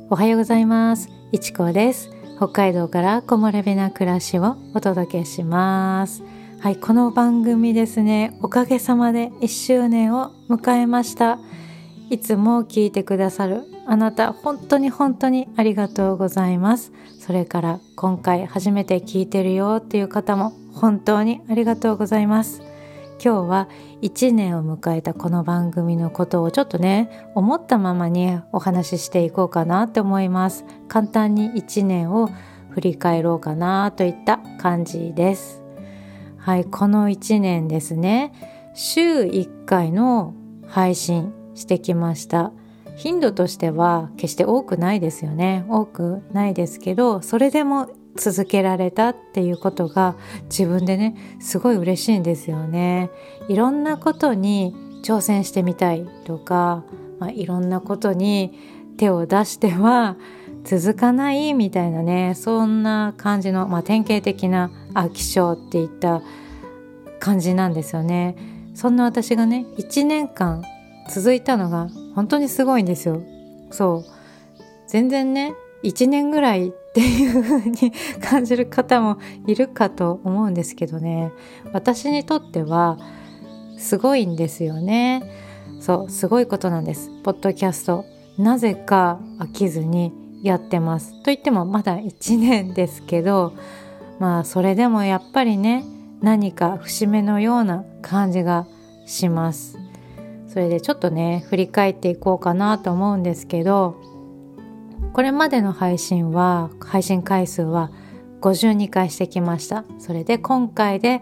おはようございます。いちこです。北海道から木漏れ日な暮らしをお届けします。はい、この番組ですね、おかげさまで1周年を迎えました。いつも聞いてくださるあなた、本当にありがとうございます。それから今回初めて聞いてるよっていう方も本当にありがとうございます。今日は1年を迎えたこの番組のことをちょっとね、思ったままにお話ししていこうかなって思います。簡単に1年を振り返ろうかなといった感じです。はい、この1年ですね、週1回の配信してきました。頻度としては決して多くないですよね。多くないですけど、それでも続けられたっていうことが自分でね、すごい嬉しいんですよね。いろんなことに挑戦してみたいとか、いろんなことに手を出しては続かないみたいなね、そんな感じの、典型的な飽き性っていった感じなんですよね。そんな私がね、1年間続いたのが本当にすごいんですよ。そう、全然ね、1年ぐらいっていう風に感じる方もいるかと思うんですけどね、私にとってはすごいんですよね。そう、すごいことなんです。ポッドキャスト、なぜか飽きずにやってます。といってもまだ1年ですけど、それでもやっぱりね、何か節目のような感じがします。それでちょっとね、振り返っていこうかなと思うんですけど、これまでの配信回数は52回してきました。それで今回で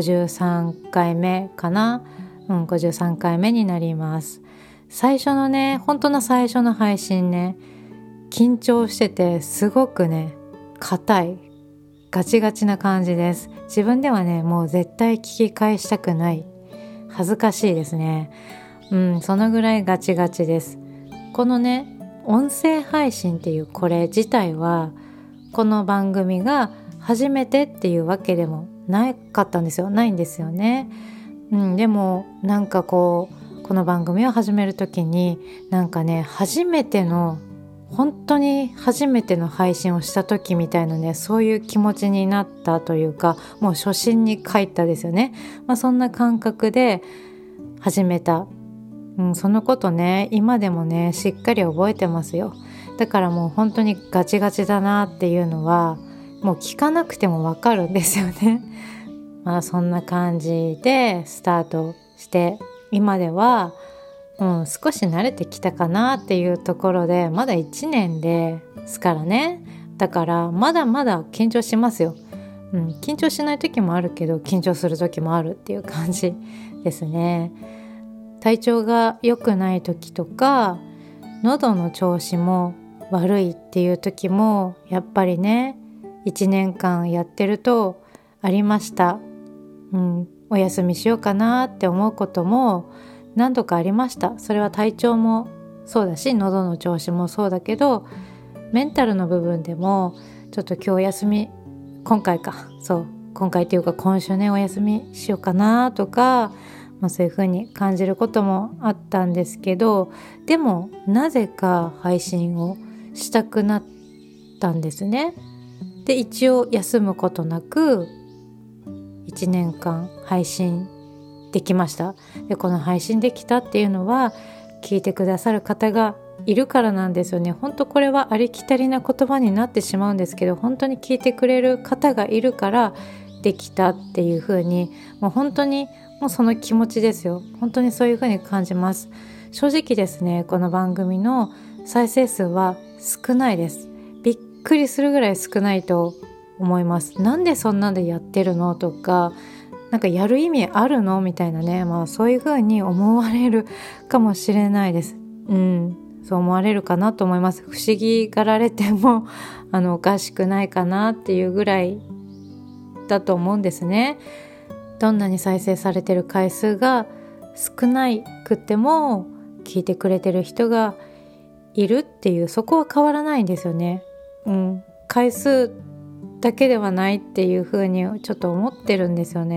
53回目かな。53回目になります。最初のね、本当の最初の配信ね、緊張しててすごくね、硬い、ガチガチな感じです。自分ではね、もう絶対聞き返したくない。恥ずかしいですね。そのぐらいガチガチです。このね、音声配信っていうこれ自体は、この番組が初めてっていうわけでもないんですよね。でもなんかこの番組を始める時に、なんかね、本当に初めての配信をした時みたいなね、そういう気持ちになったというか、もう初心に帰ったですよね。そんな感覚で始めた。そのことね、今でもね、しっかり覚えてますよ。だからもう本当にガチガチだなっていうのは、もう聞かなくてもわかるんですよね。そんな感じでスタートして、今では、少し慣れてきたかなっていうところで、まだ1年ですからね。だからまだまだ緊張しますよ。緊張しない時もあるけど、緊張する時もあるっていう感じですね。体調が良くない時とか、喉の調子も悪いっていう時もやっぱりね、1年間やってるとありました。お休みしようかなって思うことも何度かありました。それは体調もそうだし、喉の調子もそうだけど、メンタルの部分でもちょっと今日今回っていうか今週ね、お休みしようかなとか、そういう風に感じることもあったんですけど、でもなぜか配信をしたくなったんですね。で、一応休むことなく1年間配信できました。で、この配信できたっていうのは、聞いてくださる方がいるからなんですよね。本当これはありきたりな言葉になってしまうんですけど、本当に聞いてくれる方がいるからできたっていう風に、もう本当にもうその気持ちですよ。本当にそういう風に感じます。正直ですね、この番組の再生数は少ないです。びっくりするぐらい少ないと思います。なんでそんなんでやってるのとか、なんかやる意味あるのみたいなね、そういう風に思われるかもしれないです。そう思われるかなと思います。不思議がられてもおかしくないかなっていうぐらいだと思うんですね。どんなに再生されてる回数が少ないくっても聞いてくれてる人がいるっていう、そこは変わらないんですよね。回数だけではないっていう風にちょっと思ってるんですよね。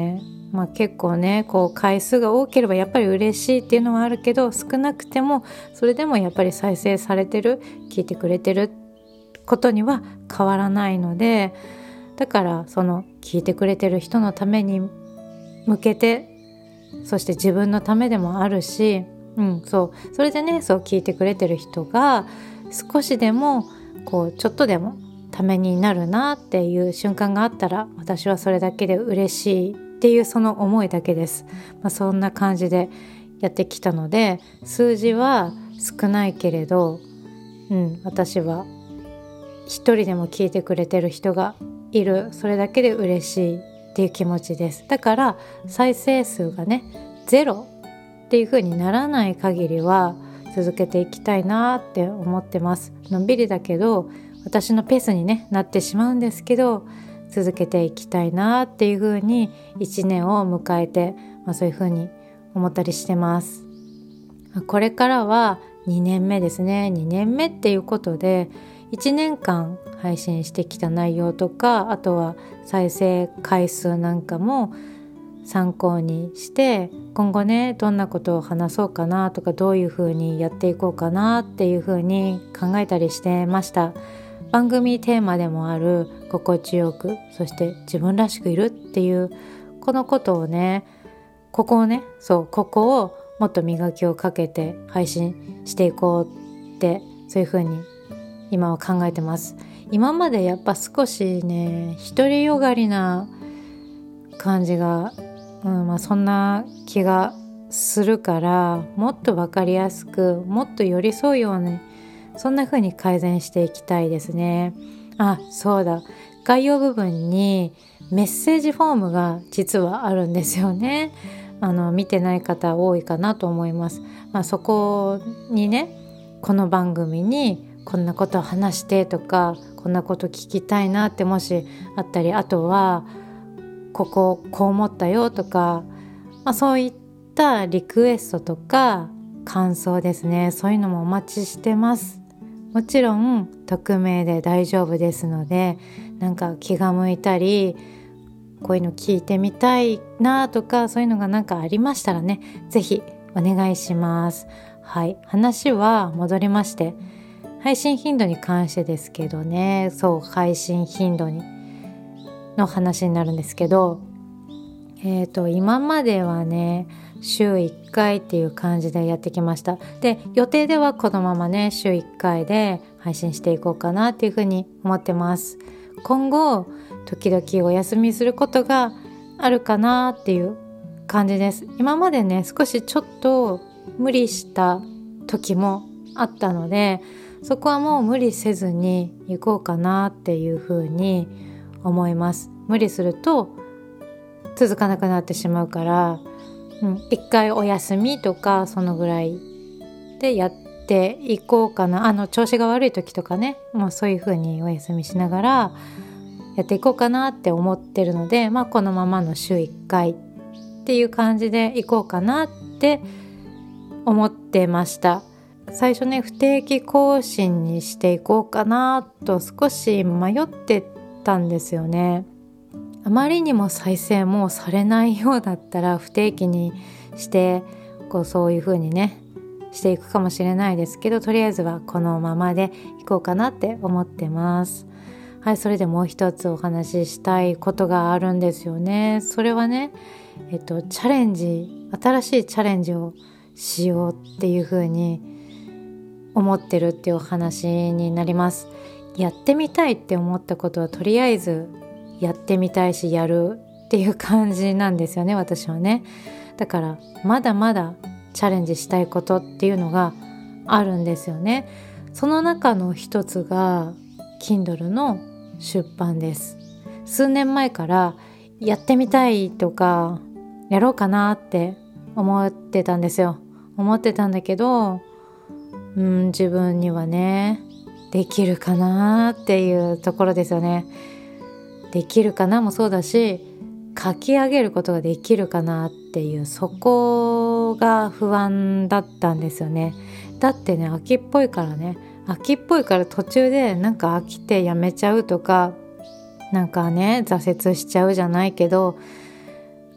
結構ね回数が多ければやっぱり嬉しいっていうのはあるけど、少なくてもそれでもやっぱり再生されてる、聞いてくれてることには変わらないので、だからその聞いてくれてる人のために向けて、そして自分のためでもあるし、それでね聞いてくれてる人が少しでもちょっとでもためになるなっていう瞬間があったら、私はそれだけで嬉しいっていうその思いだけです。そんな感じでやってきたので、数字は少ないけれど、私は一人でも聞いてくれてる人がいる、それだけで嬉しいっていう気持ちです。だから再生数がねゼロっていう風にならない限りは続けていきたいなって思ってます。のんびりだけど私のペースにねなってしまうんですけど、続けていきたいなっていう風に1年を迎えて、そういう風に思ったりしてます。これからは2年目ですね。2年目っていうことで1年間配信してきた内容とか、あとは再生回数なんかも参考にして、今後ねどんなことを話そうかなとか、どういう風にやっていこうかなっていう風に考えたりしてました。番組テーマでもある心地よく、そして自分らしくいるっていうこのことをね、ここをもっと磨きをかけて配信していこうって、そういう風に今は考えてます。今までやっぱ少しね独りよがりな感じが、そんな気がするから、もっと分かりやすく、もっと寄り添うように、そんな風に改善していきたいですね。そうだ、概要部分にメッセージフォームが実はあるんですよね。見てない方多いかなと思います。そこにね、この番組にこんなことを話してとか、こんなこと聞きたいなってもしあったり、あとはこう思ったよとか、そういったリクエストとか感想ですね、そういうのもお待ちしてます。もちろん匿名で大丈夫ですので、なんか気が向いたりこういうの聞いてみたいなとか、そういうのがなんかありましたらね、ぜひお願いします。話は戻りまして、配信頻度に関してですけどね、配信頻度の話になるんですけど、今まではね週1回っていう感じでやってきました。で、予定ではこのままね週1回で配信していこうかなっていうふうに思ってます。今後時々お休みすることがあるかなっていう感じです。今までね少しちょっと無理した時もあったので、そこはもう無理せずに行こうかなっていうふうに思います。無理すると続かなくなってしまうから、一回お休みとかそのぐらいでやっていこうかな。調子が悪い時とかね、そういう風にお休みしながらやっていこうかなって思ってるので、このままの週1回っていう感じでいこうかなって思ってました。最初ね不定期更新にしていこうかなと少し迷ってたんですよね。あまりにも再生もされないようだったら不定期にしてそういう風にねしていくかもしれないですけど、とりあえずはこのままでいこうかなって思ってます。それでもう一つお話ししたいことがあるんですよね。それはね、新しいチャレンジをしようっていう風に思ってるっていうお話になります。やってみたいって思ったことはとりあえずやってみたいしやるっていう感じなんですよね、私はね。だからまだまだチャレンジしたいことっていうのがあるんですよね。その中の一つが Kindle の出版です。数年前からやってみたいとかやろうかなって思ってたんですよ。思ってたんだけど、自分にはねできるかなっていうところですよね。できるかなもそうだし、書き上げることができるかなっていう、そこが不安だったんですよね。だってね秋っぽいから途中でなんか飽きてやめちゃうとか、なんかね挫折しちゃうじゃないけど、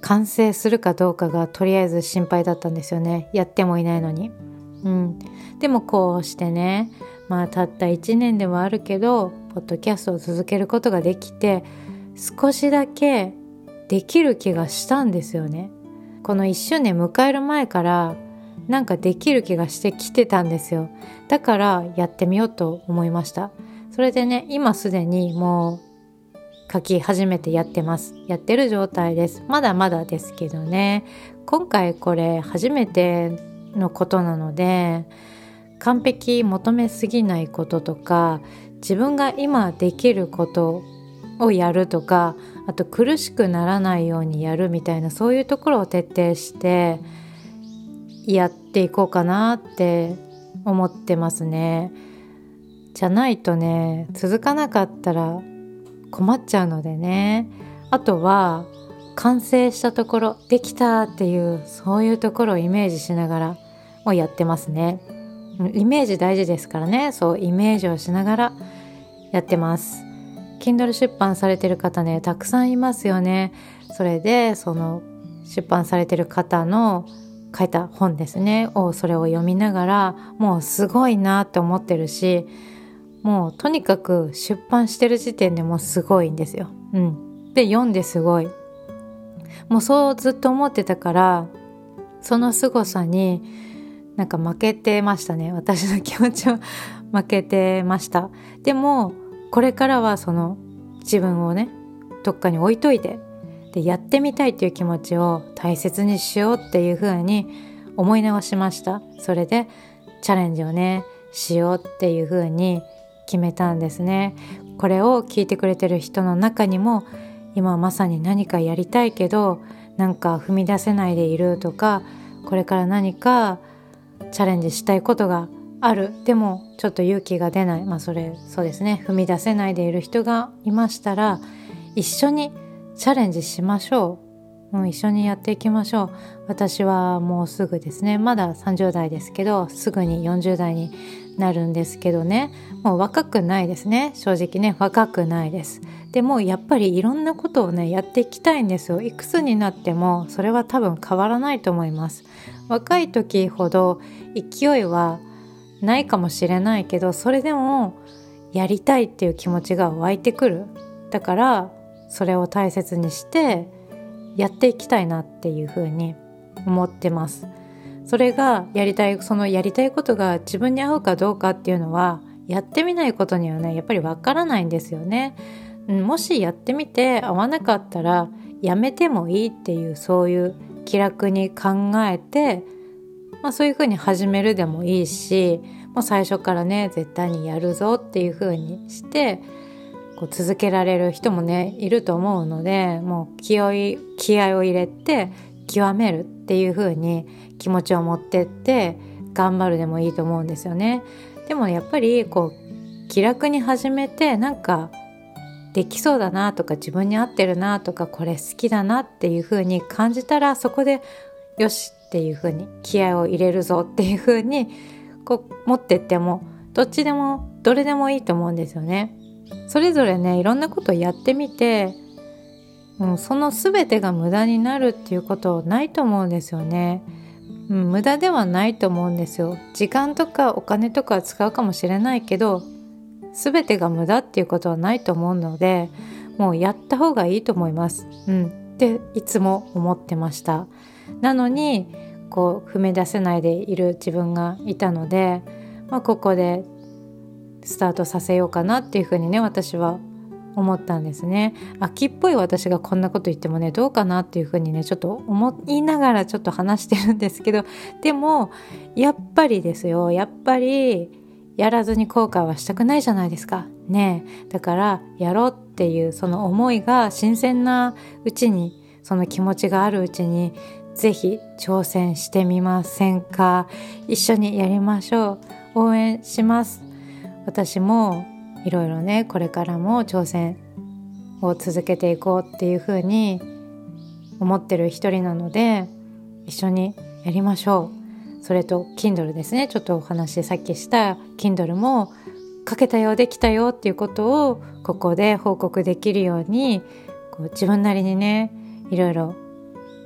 完成するかどうかがとりあえず心配だったんですよね。やってもいないのに。でもこうしてね、たった1年ではあるけどポッドキャストを続けることができて、少しだけできる気がしたんですよね。この1周年迎える前からなんかできる気がしてきてたんですよ。だからやってみようと思いました。それでね、今すでにもう書き始めてやってる状態です。まだまだですけどね、今回これ初めてのことなので、完璧求めすぎないこととか、自分が今できることをやるとか、あと苦しくならないようにやるみたいな、そういうところを徹底してやっていこうかなって思ってますね。じゃないとね、続かなかったら困っちゃうのでね。あとは完成したところ、できたっていうそういうところをイメージしながらもやってますね。イメージ大事ですからね。そうイメージをしながらやってます。Kindle 出版されてる方ね、たくさんいますよね。それでその出版されてる方の書いた本ですねそれを読みながら、もうすごいなって思ってるし、もうとにかく出版してる時点でもうすごいんですよ。で読んですごい、もうそうずっと思ってたから、その凄さになんか負けてましたね。私の気持ちを負けてました。でもこれからはその自分をね、どっかに置いといて、でやってみたいっていう気持ちを大切にしようっていう風に思い直しました。それでチャレンジをねしようっていう風に決めたんですね。これを聞いてくれてる人の中にも、今まさに何かやりたいけどなんか踏み出せないでいるとか、これから何かチャレンジしたいことがある、でもちょっと勇気が出ない、そうですね、踏み出せないでいる人がいましたら、一緒にチャレンジしましょう。一緒にやっていきましょう。私はもうすぐですね、まだ30代ですけど、すぐに40代になるんですけどね、もう若くないですね。正直ね、若くないです。でもやっぱりいろんなことをねやっていきたいんですよ。いくつになってもそれは多分変わらないと思います。若い時ほど勢いはないかもしれないけど、それでもやりたいっていう気持ちが湧いてくる。だからそれを大切にしてやっていきたいなっていうふうに思ってます。それがそのやりたいことが自分に合うかどうかっていうのは、やってみないことにはねやっぱりわからないんですよね。もしやってみて合わなかったらやめてもいいっていう、そういう気楽に考えて、そういうふうに始めるでもいいし、もう最初からね絶対にやるぞっていうふうにしてこう続けられる人もねいると思うので、もう気合を入れて極めるっていうふうに気持ちを持ってって頑張るでもいいと思うんですよね。でもやっぱりこう気楽に始めて、なんかできそうだなとか自分に合ってるなとかこれ好きだなっていう風に感じたら、そこでよしっていう風に気合を入れるぞっていう風にこう持ってっても、どっちでもどれでもいいと思うんですよね。それぞれねいろんなことをやってみて、その全てが無駄になるっていうことないと思うんですよね。無駄ではないと思うんですよ。時間とかお金とか使うかもしれないけど、全てが無駄っていうことはないと思うので、もうやった方がいいと思います。っていつも思ってました。なのにこう踏み出せないでいる自分がいたので、ここでスタートさせようかなっていうふうにね私は思ったんですね。秋っぽい私がこんなこと言ってもねどうかなっていうふうにねちょっと思いながらちょっと話してるんですけど、でもやっぱりですよ、やっぱりやらずに後悔はしたくないじゃないですかね。だからやろうっていうその思いが新鮮なうちに、その気持ちがあるうちにぜひ挑戦してみませんか。一緒にやりましょう。応援します。私もいろいろねこれからも挑戦を続けていこうっていうふうに思ってる一人なので、一緒にやりましょう。それと Kindle ですね、ちょっとお話さっきした Kindle も書けたよできたよっていうことをここで報告できるように、こう自分なりにねいろいろ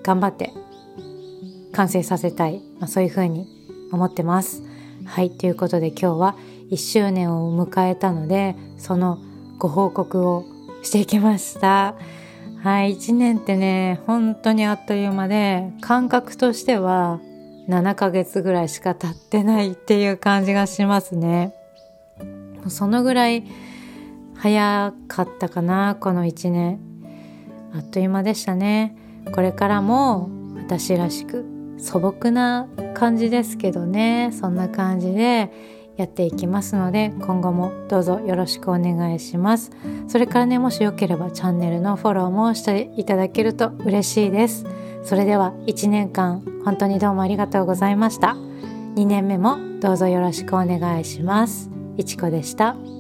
頑張って完成させたい、そういうふうに思ってます。はい、ということで今日は1周年を迎えたので、そのご報告をしていきました。はい、1年ってね本当にあっという間で、感覚としては7ヶ月ぐらいしか経ってないっていう感じがしますね。そのぐらい早かったかな、この1年。あっという間でしたね。これからも私らしく素朴な感じですけどね、そんな感じでやっていきますので、今後もどうぞよろしくお願いします。それからね、もしよければチャンネルのフォローもしていただけると嬉しいです。それでは1年間本当にどうもありがとうございました。2年目もどうぞよろしくお願いします。いちこでした。